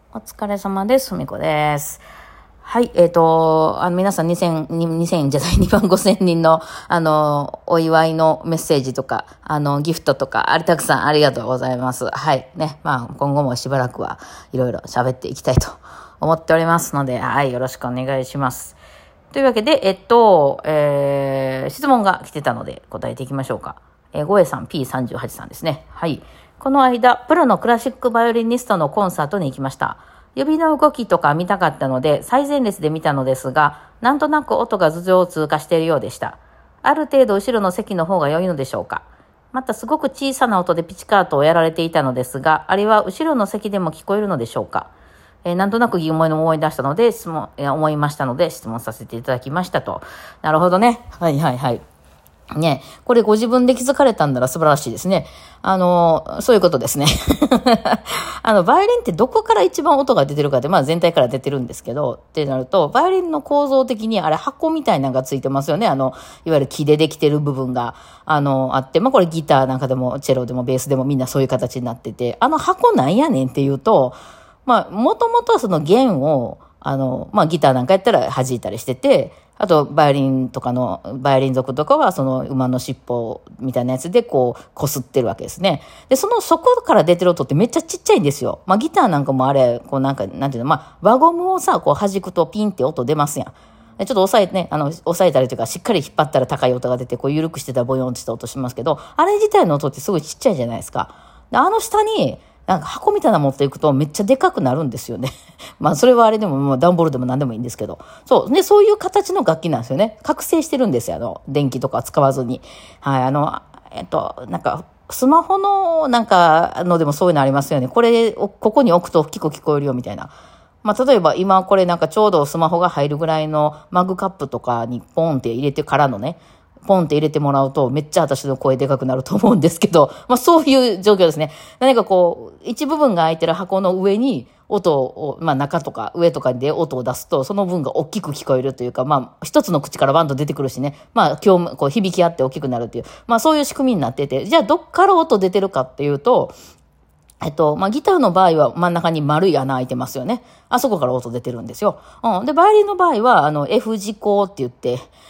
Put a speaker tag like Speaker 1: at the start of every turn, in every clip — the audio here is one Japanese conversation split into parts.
Speaker 1: お疲れ様です。ふみこです。はい、皆さん2000じゃない、2万5000人の、お祝いのメッセージとか、ギフトとか、たくさんありがとうございます。はい、ね、今後もしばらくはいろいろ喋っていきたいと思っておりますので、はい、よろしくお願いします。というわけで、質問が来てたので答えていきましょうか。ゴエさん P38 さんですね。はい。この間、プロのクラシックバイオリニストのコンサートに行きました。指の動きとか見たかったので、最前列で見たのですが、なんとなく音が頭上を通過しているようでした。ある程度後ろの席の方が良いのでしょうか。またすごく小さな音でピチカートをやられていたのですが、あれは後ろの席でも聞こえるのでしょうか。なんとなく疑問を思いましたので、質問させていただきましたと。なるほどね。はいはいはい。ね、これご自分で気づかれたんなら素晴らしいですね。そういうことですね。バイオリンってどこから一番音が出てるかって、全体から出てるんですけど、ってなると、バイオリンの構造的にあれ箱みたいなのがついてますよね。いわゆる木でできてる部分が、あって、これギターなんかでも、チェロでもベースでもみんなそういう形になってて、箱なんやねんっていうと、もともとはその弦を、ギターなんかやったら弾いたりしてて、あと、バイオリン族とかは、その馬の尻尾みたいなやつで、こすってるわけですね。で、そこから出てる音ってめっちゃちっちゃいんですよ。ギターなんかもあれ、なんていうの、輪ゴムをさ、弾くとピンって音出ますやん。ちょっと押さえたりというか、しっかり引っ張ったら高い音が出て、緩くしてたらボヨンってした音しますけど、あれ自体の音ってすごいちっちゃいじゃないですか。で、下に、なんか箱みたいなの持っていくとめっちゃでかくなるんですよね。それはあれでも、段ボールでも何でもいいんですけど。そう。で、そういう形の楽器なんですよね。覚醒してるんですよ。電気とか使わずに。はい。なんか、スマホの、でもそういうのありますよね。これ、ここに置くと大きく聞こえるよみたいな。例えば今これちょうどスマホが入るぐらいのマグカップとかにポンって入れてからのね、ポンって入れてもらうとめっちゃ私の声でかくなると思うんですけど、そういう状況ですね。何か一部分が空いてる箱の上に音を、中とか上とかで音を出すと、その分が大きく聞こえるというか、一つの口からバンと出てくるしね、今日響き合って大きくなるっていう、そういう仕組みになってて、じゃあどっから音出てるかっていうと、ギターの場合は真ん中に丸い穴開いてますよね。あそこから音出てるんですよ。で、バイオリンの場合は、F 字工って言って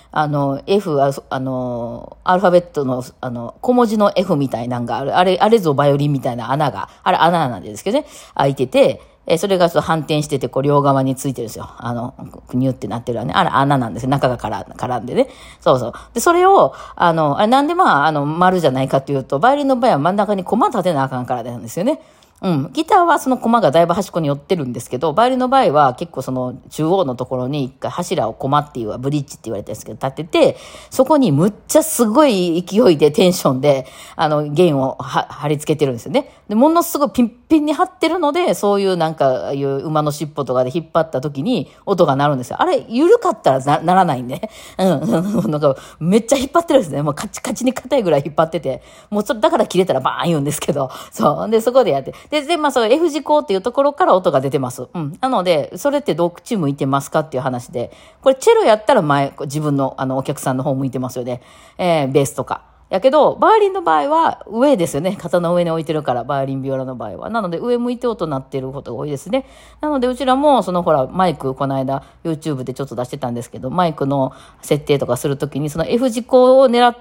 Speaker 1: 、F、アルファベットの、小文字の F みたいなのがある。あれぞバイオリンみたいな穴が、穴なんですけどね、開いてて、それが反転してて、両側についてるんですよ。くにゅってなってる穴なんですよ。中が絡んでね。そうそう。で、それを、なんで丸じゃないかっていうと、バイオリンの場合は真ん中にコマ立てなあかんからなんですよね。ギターはそのコマがだいぶ端っこに寄ってるんですけど、バイオリンの場合は結構その中央のところに一回柱をコマっていうブリッジって言われてるんですけど、立てて、そこにむっちゃすごい勢いでテンションで、弦を貼り付けてるんですよね。で、ものすごいピンピンに張ってるので、そういういう馬の尻尾とかで引っ張った時に音が鳴るんですよ。あれ、緩かったらならないんで。めっちゃ引っ張ってるんですね。もうカチカチに硬いぐらい引っ張ってて、もうだから切れたらバーン言うんですけど、そう。で、そこでやって。で、その F 字工っていうところから音が出てます。なので、それってどっち向いてますかっていう話で、これチェロやったら自分のお客さんの方向いてますよね。ベースとか。やけど、バイオリンの場合は上ですよね。肩の上に置いてるから、バイオリンビオラの場合は。なので、上向いて音鳴ってることが多いですね。なので、うちらも、マイク、この間、YouTube でちょっと出してたんですけど、マイクの設定とかするときに、その F 字工を狙って、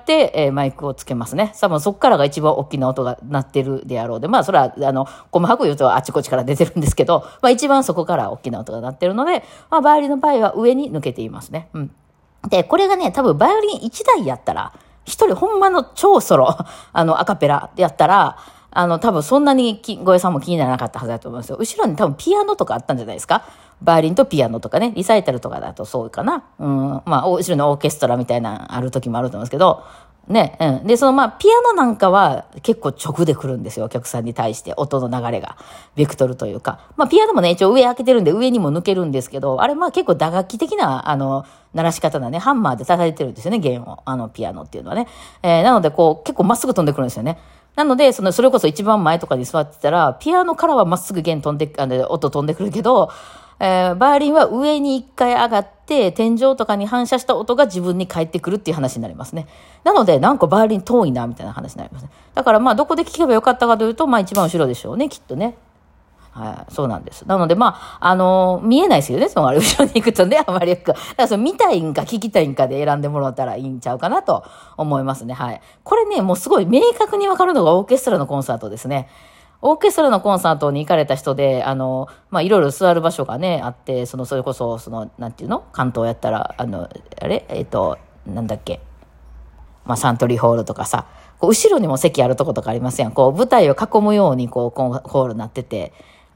Speaker 1: マイクをつけますね。多分そっからが一番大きな音が鳴ってるであろうで、それは、細かく言うとあっちこっちから出てるんですけど、一番そこから大きな音が鳴ってるので、バイオリンの場合は上に抜けていますね。で、これがね、多分バイオリン1台やったら、一人ほんまの超ソロ、アカペラでやったら、多分そんなにごえさんも気にならなかったはずだと思うんですよ。後ろに多分ピアノとかあったんじゃないですか。バイオリンとピアノとかね、リサイタルとかだとそうかな。後ろにオーケストラみたいなある時もあると思うんですけど、ね、で、ピアノなんかは結構直で来るんですよ、お客さんに対して、音の流れが、ベクトルというか。ピアノもね、一応上開けてるんで上にも抜けるんですけど、あれ結構打楽器的な、鳴らし方だね、ハンマーで叩いてるんですよね、弦を、ピアノっていうのはね。なので、結構まっすぐ飛んでくるんですよね。なので、それこそ一番前とかに座ってたら、ピアノからはまっすぐ弦音飛んでくるけど、バイオリンは上に一回上がって、天井とかに反射した音が自分に返ってくるっていう話になりますね。なので、バイオリン遠いな、みたいな話になりますね。だからどこで聞けばよかったかというと、一番後ろでしょうね、きっとね。 はい、そうなんです。なので、見えないですよね、その後ろに行くとね、あまりよく。だからその見たいんか聞きたいんかで選んでもらったらいいんちゃうかなと思いますね。はい。これね、もうすごい明確にわかるのがオーケストラのコンサートですね。オーケストラのコンサートに行かれた人で、いろいろ座る場所がね、あって、それこそ、なんていうの関東やったら、なんだっけ。サントリーホールとかさ、こう後ろにも席あるとことかありますやん。こう、舞台を囲むように、こう、ホールになってて、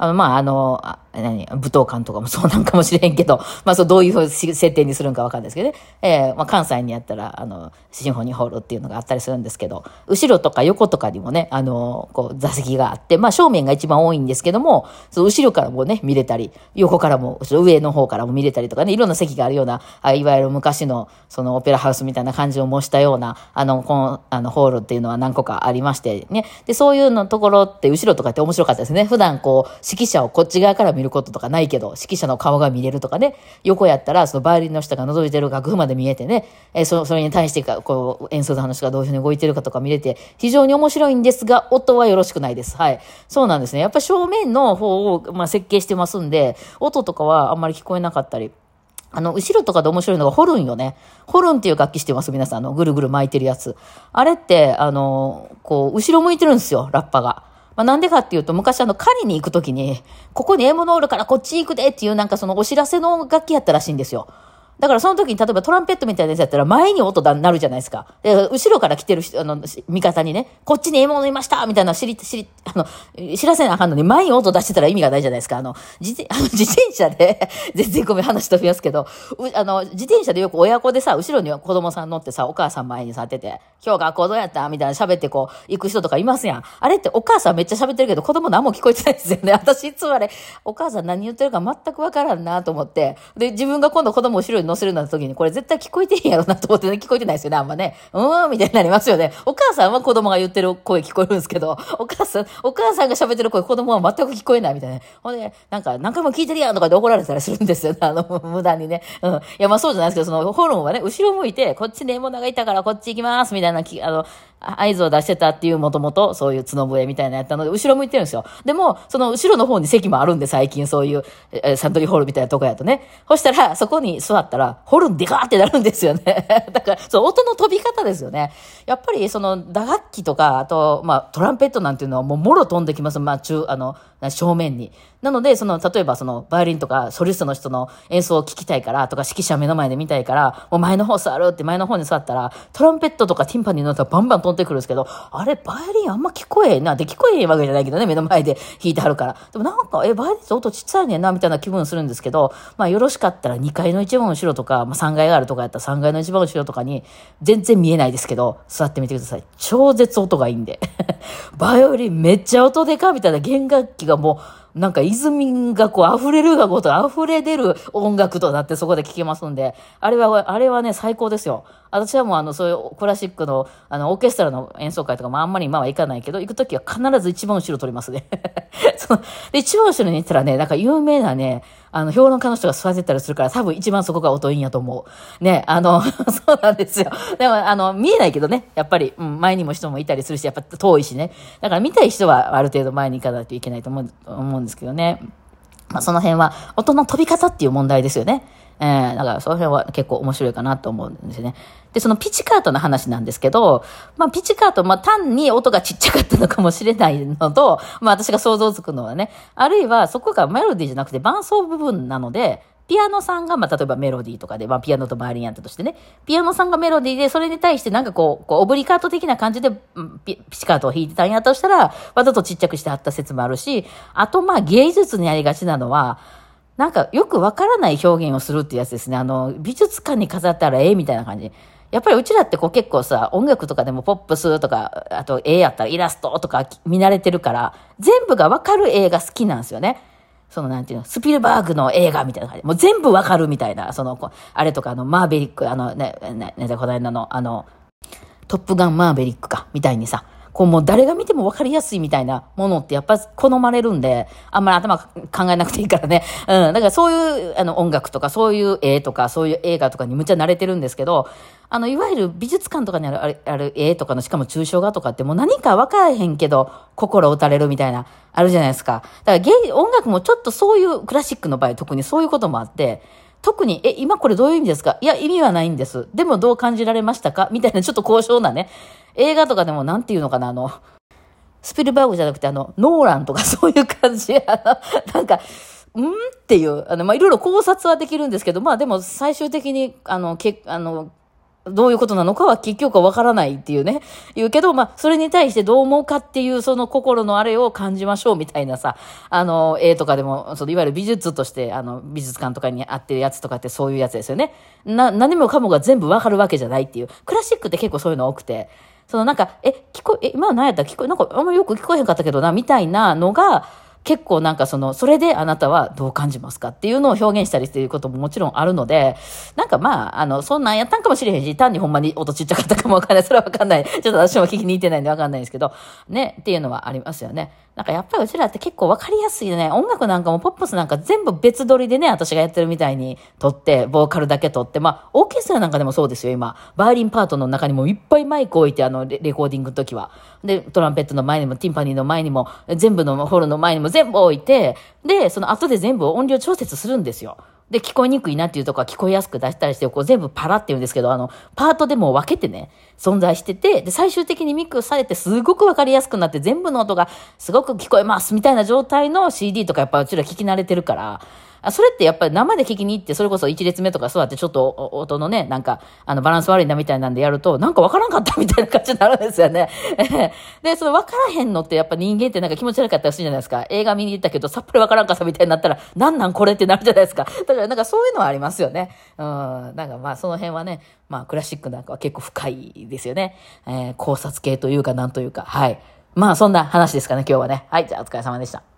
Speaker 1: 舞踏館とかもそうなんかもしれんけど、どういう設定にするんかわかんないですけどね。関西にやったら、シンフォニーホールっていうのがあったりするんですけど、後ろとか横とかにもね、こう、座席があって、正面が一番多いんですけども、その後ろからもね、見れたり、横からも、上の方からも見れたりとかね、いろんな席があるような、いわゆる昔の、そのオペラハウスみたいな感じを模したような、ホールっていうのは何個かありましてね。で、そういうのところって後ろとかって面白かったですね。普段こう、指揮者をこっち側から見ることとかないけど、指揮者の顔が見れるとかね、横やったらそのバイオリンの下が覗いてる楽譜まで見えてね、それに対してこう演奏の話がどういうふうに動いてるかとか見れて、非常に面白いんですが、音はよろしくないです。はい。そうなんですね。やっぱり正面の方を、設計してますんで、音とかはあんまり聞こえなかったり、後ろとかで面白いのがホルンよね。ホルンっていう楽器してます皆さん。ぐるぐる巻いてるやつ。あれって、こう、後ろ向いてるんですよ、ラッパが。なんでかっていうと、昔狩りに行くときに、ここに獲物おるからこっち行くでっていうそのお知らせの楽器やったらしいんですよ。だからその時に例えばトランペットみたいなやつやったら前に音鳴るじゃないですか。で、後ろから来てる味方にね、こっちに獲物いましたみたいな知らせなあかんのに前に音出してたら意味がないじゃないですか。自転車で、全然ごめん話飛びますけど、自転車でよく親子でさ、後ろに子供さん乗ってさ、お母さん前にさってて、今日学校どうやったみたいな喋ってこう、行く人とかいますやん。あれってお母さんめっちゃ喋ってるけど、子供何も聞こえてないですよね。私いつもあれ、お母さん何言ってるか全くわからんなと思って、で、自分が今度子供後ろに乗せるような時に、これ絶対聞こえてへんやろなと思ってね、聞こえてないですよね、あんまね。みたいになりますよね。お母さんは子供が言ってる声聞こえるんですけど、お母さんが喋ってる声、子供は全く聞こえないみたいな。ほんで、何回も聞いてるやんとかで怒られたりするんですよね、無駄にね。いや、そうじゃないですけど、その、ホルンはね、後ろ向いて、こっちに獲物がいたからこっち行きます、みたいな、合図を出してたっていう、もともと、そういう角笛みたいなやったので、後ろ向いてるんですよ。でも、その後ろの方に席もあるんで、最近そういう、サントリーホールみたいなとこやとね。そしたら、そこに座ったら、ホルンでかーってなるんですよね。だから、そう、音の飛び方ですよね。やっぱり、打楽器とか、あと、トランペットなんていうのはもう、もろ飛んできます。正面に。なので、例えばバイオリンとかソリストの人の演奏を聞きたいからとか、指揮者目の前で見たいから、もう前の方座るって前の方に座ったら、トランペットとかティンパニーの音がバンバン飛んでくるんですけど、あれ、バイオリンあんま聞こえへんなって聞こえへんわけじゃないけどね、目の前で弾いてはるから。でもバイオリンって音ちっちゃいねんな、みたいな気分するんですけど、よろしかったら2階の一番後ろとか、3階があるとかやったら3階の一番後ろとかに、全然見えないですけど、座ってみてください。超絶音がいいんで。バイオリンめっちゃ音でかみたいな弦楽器がもう、泉がこう溢れるがごと溢れ出る音楽となってそこで聴けますんで、あれはね、最高ですよ。私はもうそういうクラシックの、オーケストラの演奏会とかもあんまり今は行かないけど、行くときは必ず一番後ろ取りますね。で、一番後ろに行ったらね、有名なね、評論家の人が座ってたりするから、多分一番そこが音いいんやと思う。ね、そうなんですよ。でも、見えないけどね、やっぱり、前にも人もいたりするし、やっぱ遠いしね。だから見たい人はある程度前に行かないといけないと思うんですけどね。その辺は、音の飛び方っていう問題ですよね。だからその辺は結構面白いかなと思うんですよね。で、そのピチカートの話なんですけど、ピチカート、単に音がちっちゃかったのかもしれないのと、私が想像つくのはね、あるいはそこがメロディーじゃなくて伴奏部分なので、ピアノさんが、例えばメロディーとかで、ピアノとバイオリンやったとしてね、ピアノさんがメロディーで、それに対してオブリカート的な感じで、ピチカートを弾いてたんやとしたら、わざとちっちゃくしてあった説もあるし、あと芸術にありがちなのは、よくわからない表現をするっていうやつですね。美術館に飾ったらみたいな感じ。やっぱりうちらって結構さ、音楽とかでもポップスとか、あとやったらイラストとか見慣れてるから、全部がわかる映画好きなんですよね。なんていうの、スピルバーグの映画みたいな感じ。もう全部わかるみたいな、あれとかマーベリック、この間のトップガンマーベリックか、みたいにさ、 こうもう誰が見ても分かりやすいみたいなものってやっぱ好まれるんで、あんまり頭考えなくていいからね。だからそういう音楽とかそういう絵とかそういう映画とかにむっちゃ慣れてるんですけど、いわゆる美術館とかにある絵とかの、しかも抽象画とかってもう何か分からへんけど心打たれるみたいな、あるじゃないですか。だから音楽もちょっとそういうクラシックの場合特にそういうこともあって、特に、今これどういう意味ですか？いや、意味はないんです。でもどう感じられましたか？みたいなちょっと高尚なね。映画とかでもなんていうのかな、スピルバーグじゃなくてノーランとかそういう感じ。なんか、っていう、いろいろ考察はできるんですけど、でも最終的に、どういうことなのかは結局はわからないっていうね。言うけど、それに対してどう思うかっていう、その心のあれを感じましょうみたいなさ、絵とかでも、いわゆる美術として、美術館とかにあってるやつとかってそういうやつですよね。何もかもが全部わかるわけじゃないっていう。クラシックって結構そういうの多くて、今は何やったらなんかあんまりよく聞こえへんかったけどな、みたいなのが、結構なんかそれであなたはどう感じますかっていうのを表現したりっていうことももちろんあるので、なんかそんなんやったんかもしれへんし、単にほんまに音ちっちゃかったかもわかんない。それはわかんない。ちょっと私も聞きに行ってないんでわかんないんですけど、ね、っていうのはありますよね。なんかやっぱりうちらって結構わかりやすいね。音楽なんかもポップスなんか全部別撮りでね、私がやってるみたいに撮って、ボーカルだけ撮って、オーケストラなんかでもそうですよ、今。バイオリンパートの中にもいっぱいマイク置いて、レコーディングの時は。で、トランペットの前にも、ティンパニーの前にも、全部のホールの前にも全部置いて、で、その後で全部音量調節するんですよ。で、聞こえにくいなっていうとこは聞こえやすく出したりして、こう全部パラって言うんですけど、パートでも分けてね、存在してて、で、最終的にミックスされてすごく分かりやすくなって、全部の音がすごく聞こえますみたいな状態の CD とかやっぱうちら聞き慣れてるから、それってやっぱり生で聞きに行って、それこそ一列目とか座ってちょっと音のね、なんか、バランス悪いなみたいなんでやると、なんかわからんかったみたいな感じになるんですよね。で、そのわからへんのってやっぱ人間ってなんか気持ち悪かったりするじゃないですか。映画見に行ったけど、さっぱりわからんかったみたいになったら、なんこれってなるじゃないですか。だからなんかそういうのはありますよね。なんかその辺はね、クラシックなんかは結構深いですよね。考察系というかなんというか、はい。そんな話ですかね、今日はね。はい、じゃあお疲れ様でした。